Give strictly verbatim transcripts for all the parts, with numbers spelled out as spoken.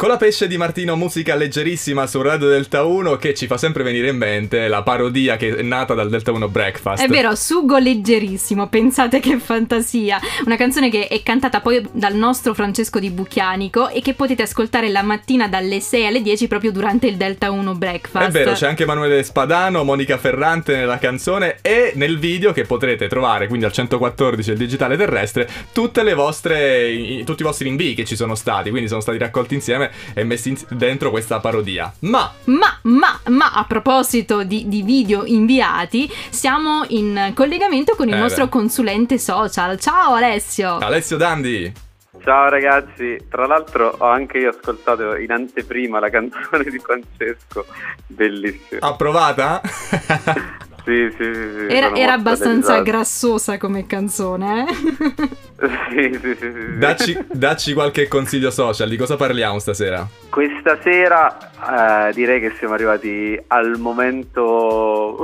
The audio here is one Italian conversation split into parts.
Con la pesce di Martino, musica leggerissima su Radio Delta uno che ci fa sempre venire in mente la parodia che è nata dal Delta uno Breakfast. È vero, sugo leggerissimo, pensate che fantasia. Una canzone che è cantata poi dal nostro Francesco Di Bucchianico e che potete ascoltare la mattina dalle sei alle dieci proprio durante il Delta uno Breakfast. È vero, c'è anche Emanuele Spadano, Monica Ferrante nella canzone e nel video che potrete trovare, quindi al centoquattordici il digitale terrestre, tutte le vostre, i, tutti i vostri invii che ci sono stati, quindi sono stati raccolti insieme e messi in, dentro questa parodia. Ma, ma, ma, ma a proposito di, di video inviati, siamo in collegamento con il eh nostro beh. consulente social. Ciao Alessio! Alessio Dandi! Ciao ragazzi, tra l'altro ho anche io ascoltato in anteprima la canzone di Francesco, bellissima. Approvata? Sì, sì, sì, sì. Era, era abbastanza esatto. grassosa come canzone, eh? Sì, sì, sì, sì, sì. Dacci, dacci qualche consiglio social, di cosa parliamo stasera? Questa sera eh, direi che siamo arrivati al momento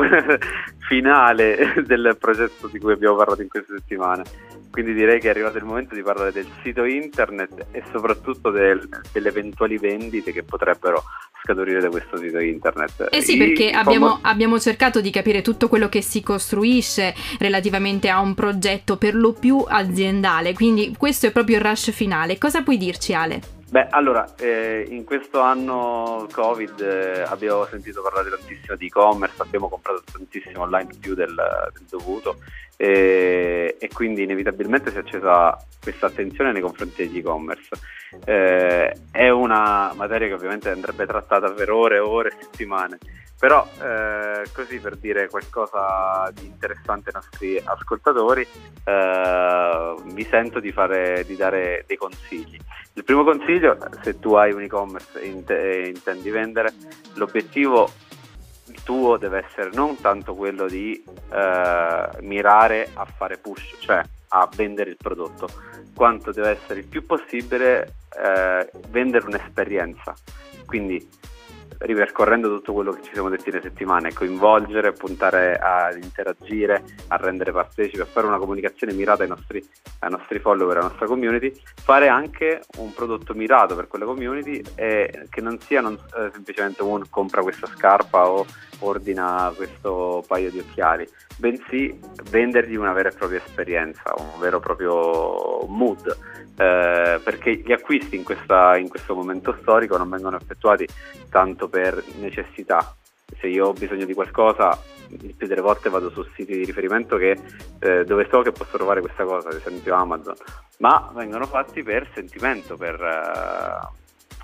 finale del progetto di cui abbiamo parlato in queste settimane. Quindi direi che è arrivato il momento di parlare del sito internet e soprattutto del, delle eventuali vendite che potrebbero scaturire da questo sito internet. Eh sì, I, perché i abbiamo, famo- abbiamo cercato di capire tutto quello che si costruisce relativamente a un progetto per lo più aziendale, quindi questo è proprio il rush finale. Cosa puoi dirci, Ale? Beh, allora, eh, in questo anno Covid eh, abbiamo sentito parlare tantissimo di e-commerce, abbiamo comprato tantissimo online più del, del dovuto e, e quindi inevitabilmente si è accesa questa attenzione nei confronti degli e-commerce. Eh, è una materia che ovviamente andrebbe trattata per ore e ore e settimane, però eh, così per dire qualcosa di interessante ai nostri ascoltatori eh, vi sento di, fare, di dare dei consigli. Il primo consiglio, se tu hai un e-commerce e int- e intendi vendere, l'obiettivo tuo deve essere non tanto quello di eh, mirare a fare push, cioè a vendere il prodotto, quanto deve essere il più possibile eh, vendere un'esperienza. Quindi ripercorrendo tutto quello che ci siamo detti le settimane, coinvolgere, puntare ad interagire, a rendere partecipi, a fare una comunicazione mirata ai nostri, ai nostri follower, alla nostra community, fare anche un prodotto mirato per quella community e che non sia non, eh, semplicemente un compra questa scarpa o ordina questo paio di occhiali, bensì vendergli una vera e propria esperienza, un vero e proprio mood, eh, perché gli acquisti in, questa, in questo momento storico non vengono effettuati tanto per necessità. Se io ho bisogno di qualcosa, il più delle volte vado su siti di riferimento che, eh, dove so che posso trovare questa cosa, ad esempio Amazon, ma vengono fatti per sentimento, per... Eh,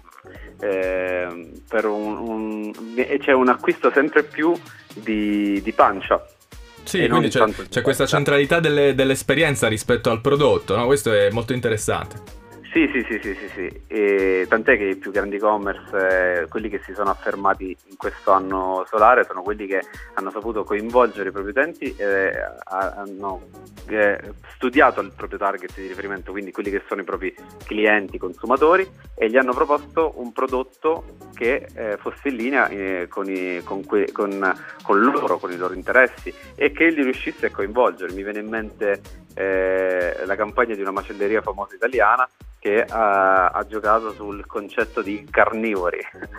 Eh, per un, un e c'è un acquisto sempre più di, di pancia. Sì, quindi c'è, c'è questa centralità delle, dell'esperienza rispetto al prodotto, no? Questo è molto interessante. Sì, sì, sì, sì, sì, sì. E tant'è che i più grandi e-commerce, eh, quelli che si sono affermati in questo anno solare, sono quelli che hanno saputo coinvolgere i propri utenti e hanno eh, studiato il proprio target di riferimento, quindi quelli che sono i propri clienti, consumatori, e gli hanno proposto un prodotto che eh, fosse in linea eh, con, i, con, que, con, con loro, con i loro interessi e che li riuscisse a coinvolgere. Mi viene in mente eh, la campagna di una macelleria famosa italiana che ha, ha giocato sul concetto di carnivori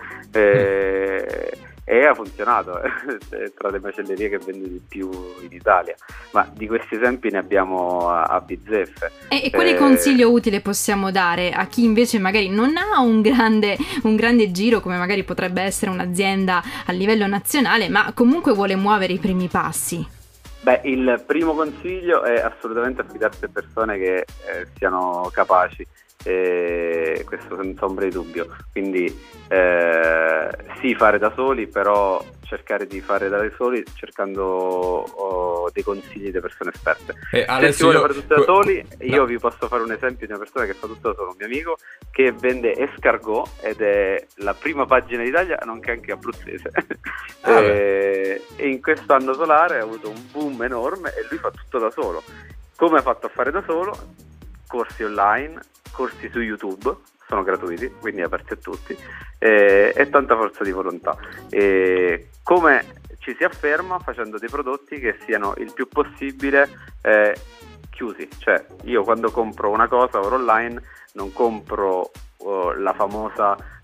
e, e ha funzionato tra le macellerie che vende di più in Italia, ma di questi esempi ne abbiamo a, a bizzeffe. E, e quale eh... consiglio utile possiamo dare a chi invece magari non ha un grande, un grande giro come magari potrebbe essere un'azienda a livello nazionale, ma comunque vuole muovere i primi passi? Beh, il primo consiglio è assolutamente affidarsi a persone che eh, siano capaci. E questo senza ombra di dubbio, quindi eh, sì, fare da soli, però cercare di fare da soli cercando oh, dei consigli di persone esperte. E se si vuole io... fare tutto da soli, io no. vi posso fare un esempio di una persona che fa tutto da solo, un mio amico che vende escargot ed è la prima pagina d'Italia, nonché anche abruzzese. Ah, e, e in questo anno solare ha avuto un boom enorme e lui fa tutto da solo. Come ha fatto a fare da solo? Corsi online, corsi su YouTube, sono gratuiti, quindi aperti a tutti, e, e tanta forza di volontà. E come ci si afferma? Facendo dei prodotti che siano il più possibile eh, chiusi, cioè io quando compro una cosa ora online non compro uh, la famosa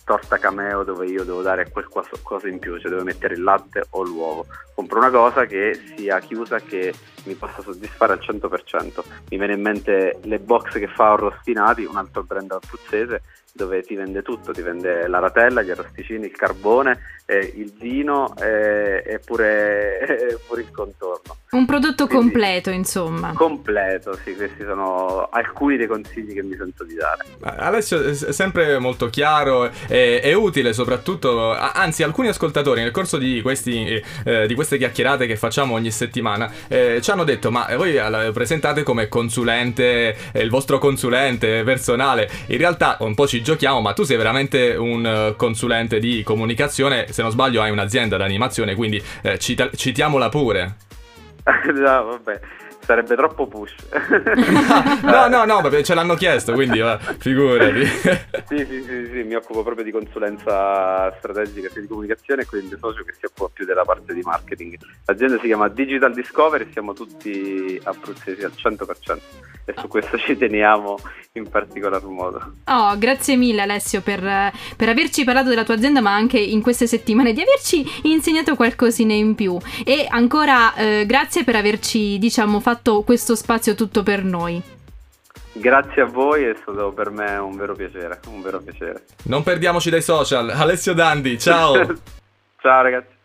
torta Cameo dove io devo dare quel cosa in più, cioè devo mettere il latte o l'uovo. Compro una cosa che sia chiusa, che mi possa soddisfare al cento per cento. Mi viene in mente le box che fa Arrostinati, un altro brand abruzzese, dove ti vende tutto, ti vende la ratella, gli arrosticini, il carbone, eh, il vino eh, e pure, eh, pure il contorno. Un prodotto Quindi, completo, insomma. Completo, sì, questi sono alcuni dei consigli che mi sento di dare. Alessio è sempre molto chiaro e, e utile, soprattutto, anzi alcuni ascoltatori nel corso di, questi, eh, di queste chiacchierate che facciamo ogni settimana eh, ci hanno detto: ma voi presentate come consulente, eh, il vostro consulente personale, in realtà un po' ci giochiamo, ma tu sei veramente un consulente di comunicazione, se non sbaglio hai un'azienda d'animazione, quindi eh, cita- citiamola pure. No, vabbè, sarebbe troppo push. no, no, no, perché ce l'hanno chiesto, quindi va, figurati. sì, sì, sì, sì, mi occupo proprio di consulenza strategica e di comunicazione, quindi il socio che si occupa più della parte di marketing. L'azienda si chiama Digital Discovery, siamo tutti abruzzesi al cento per cento e su questo ci teniamo in particolar modo. Oh, grazie mille Alessio per, per averci parlato della tua azienda, ma anche in queste settimane di averci insegnato qualcosina in più, e ancora eh, grazie per averci, diciamo, fatto questo spazio tutto per noi. Grazie a voi, è stato per me un vero piacere, un vero piacere. Non perdiamoci dai social. Alessio Dandi, ciao. Ciao ragazzi.